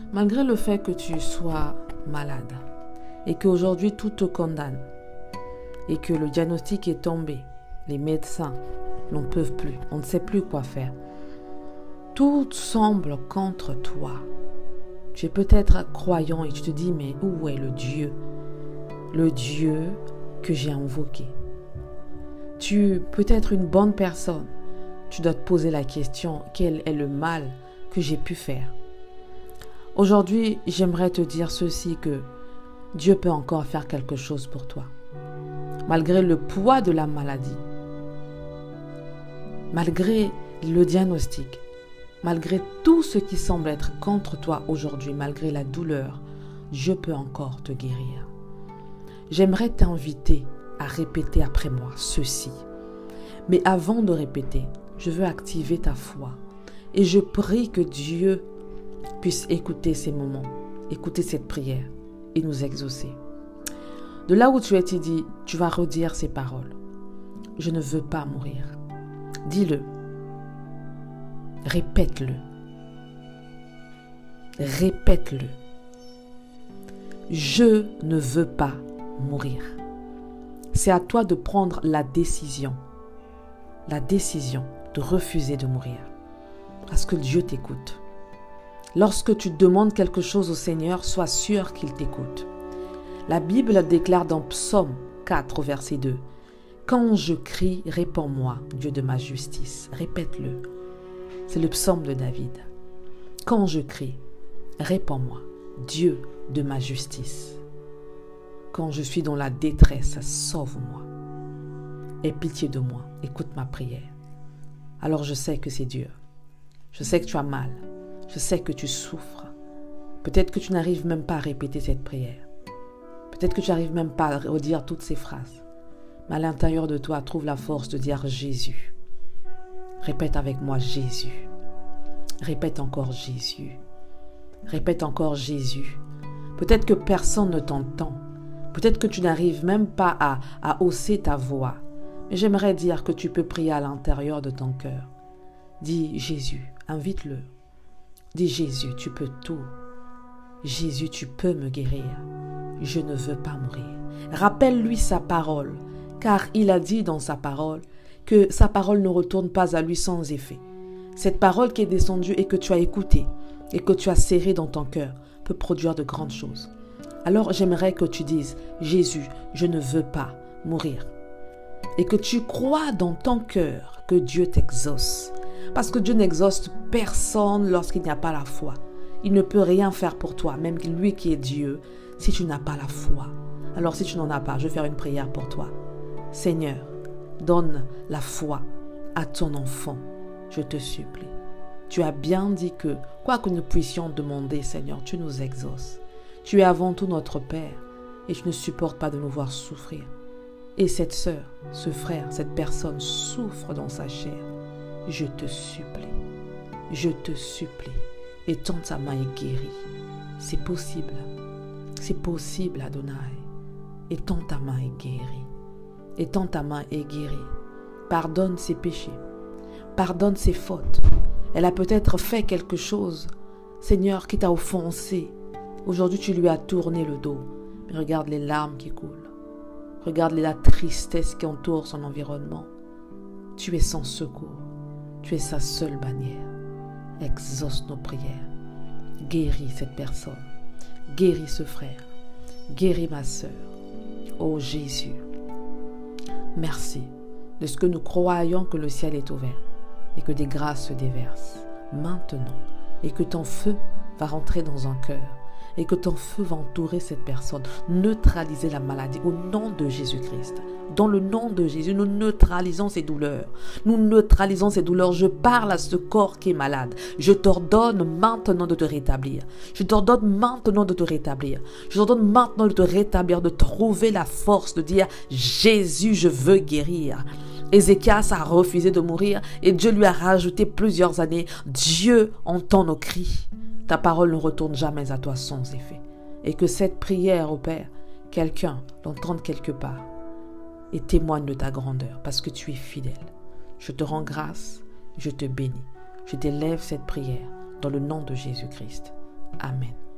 Malgré le fait que tu sois malade et qu'aujourd'hui tout te condamne et que le diagnostic est tombé, les médecins n'en peuvent plus, on ne sait plus quoi faire. Tout semble contre toi. Tu es peut-être croyant et tu te dis, mais où est le Dieu que j'ai invoqué? Tu peux être une bonne personne. Tu dois te poser la question, quel est le mal que j'ai pu faire? Aujourd'hui, j'aimerais te dire ceci, que Dieu peut encore faire quelque chose pour toi. Malgré le poids de la maladie, malgré le diagnostic, malgré tout ce qui semble être contre toi aujourd'hui, malgré la douleur, Dieu peut encore te guérir. J'aimerais t'inviter à répéter après moi ceci. Mais avant de répéter, je veux activer ta foi. Et je prie que Dieu puisse écouter ces moments, écouter cette prière et nous exaucer. De là où tu es, tu vas redire ces paroles. Je ne veux pas mourir. Dis-le. Répète-le. Répète-le. Je ne veux pas mourir. C'est à toi de prendre la décision de refuser de mourir. Parce que Dieu t'écoute. Lorsque tu demandes quelque chose au Seigneur, sois sûr qu'il t'écoute. La Bible déclare dans Psaume 4, verset 2, « Quand je crie, réponds-moi, Dieu de ma justice. » Répète-le. C'est le psaume de David. « Quand je crie, réponds-moi, Dieu de ma justice. » Quand je suis dans la détresse, sauve-moi. Aie pitié de moi, écoute ma prière. Alors je sais que c'est Dieu. Je sais que tu as mal. Je sais que tu souffres. Peut-être que tu n'arrives même pas à répéter cette prière. Peut-être que tu n'arrives même pas à redire toutes ces phrases. Mais à l'intérieur de toi, trouve la force de dire Jésus. Répète avec moi Jésus. Répète encore Jésus. Répète encore Jésus. Peut-être que personne ne t'entend. Peut-être que tu n'arrives même pas à hausser ta voix. Mais j'aimerais dire que tu peux prier à l'intérieur de ton cœur. Dis Jésus, invite-le. Dis Jésus, tu peux tout. Jésus, tu peux me guérir. Je ne veux pas mourir. Rappelle-lui sa parole, car il a dit dans sa parole que sa parole ne retourne pas à lui sans effet. Cette parole qui est descendue et que tu as écoutée et que tu as serrée dans ton cœur peut produire de grandes choses. Alors j'aimerais que tu dises, Jésus, je ne veux pas mourir. Et que tu crois dans ton cœur que Dieu t'exauce. Parce que Dieu n'exauce personne lorsqu'il n'y a pas la foi. Il ne peut rien faire pour toi, même lui qui est Dieu, si tu n'as pas la foi. Alors si tu n'en as pas, je vais faire une prière pour toi. Seigneur, donne la foi à ton enfant, je te supplie. Tu as bien dit que, quoi que nous puissions demander, Seigneur, tu nous exauces. Tu es avant tout notre Père et tu ne supportes pas de nous voir souffrir. Et cette sœur, ce frère, cette personne souffre dans sa chair. Je te supplie, étends ta main et guéris. C'est possible, Adonai. Étends ta main et guéris. Étends ta main et guéris. Pardonne ses péchés, pardonne ses fautes. Elle a peut-être fait quelque chose, Seigneur, qui t'a offensé. Aujourd'hui, tu lui as tourné le dos. Mais regarde les larmes qui coulent. Regarde la tristesse qui entoure son environnement. Tu es son secours. Tu es sa seule bannière. Exauce nos prières. Guéris cette personne. Guéris ce frère. Guéris ma sœur. Ô Jésus, merci de ce que nous croyons que le ciel est ouvert et que des grâces se déversent maintenant et que ton feu va rentrer dans un cœur et que ton feu va entourer cette personne, neutraliser la maladie au nom de Jésus-Christ. Dans le nom de Jésus, nous neutralisons ces douleurs. Nous neutralisons ces douleurs. Je parle à ce corps qui est malade. Je t'ordonne maintenant de te rétablir. Je t'ordonne maintenant de te rétablir. Je t'ordonne maintenant de te rétablir, de trouver la force de dire « Jésus, je veux guérir ». Ézéchias a refusé de mourir et Dieu lui a rajouté plusieurs années. Dieu entend nos cris. Ta parole ne retourne jamais à toi sans effet. Et que cette prière, ô Père, quelqu'un l'entende quelque part et témoigne de ta grandeur parce que tu es fidèle. Je te rends grâce, je te bénis. Je t'élève cette prière dans le nom de Jésus-Christ. Amen.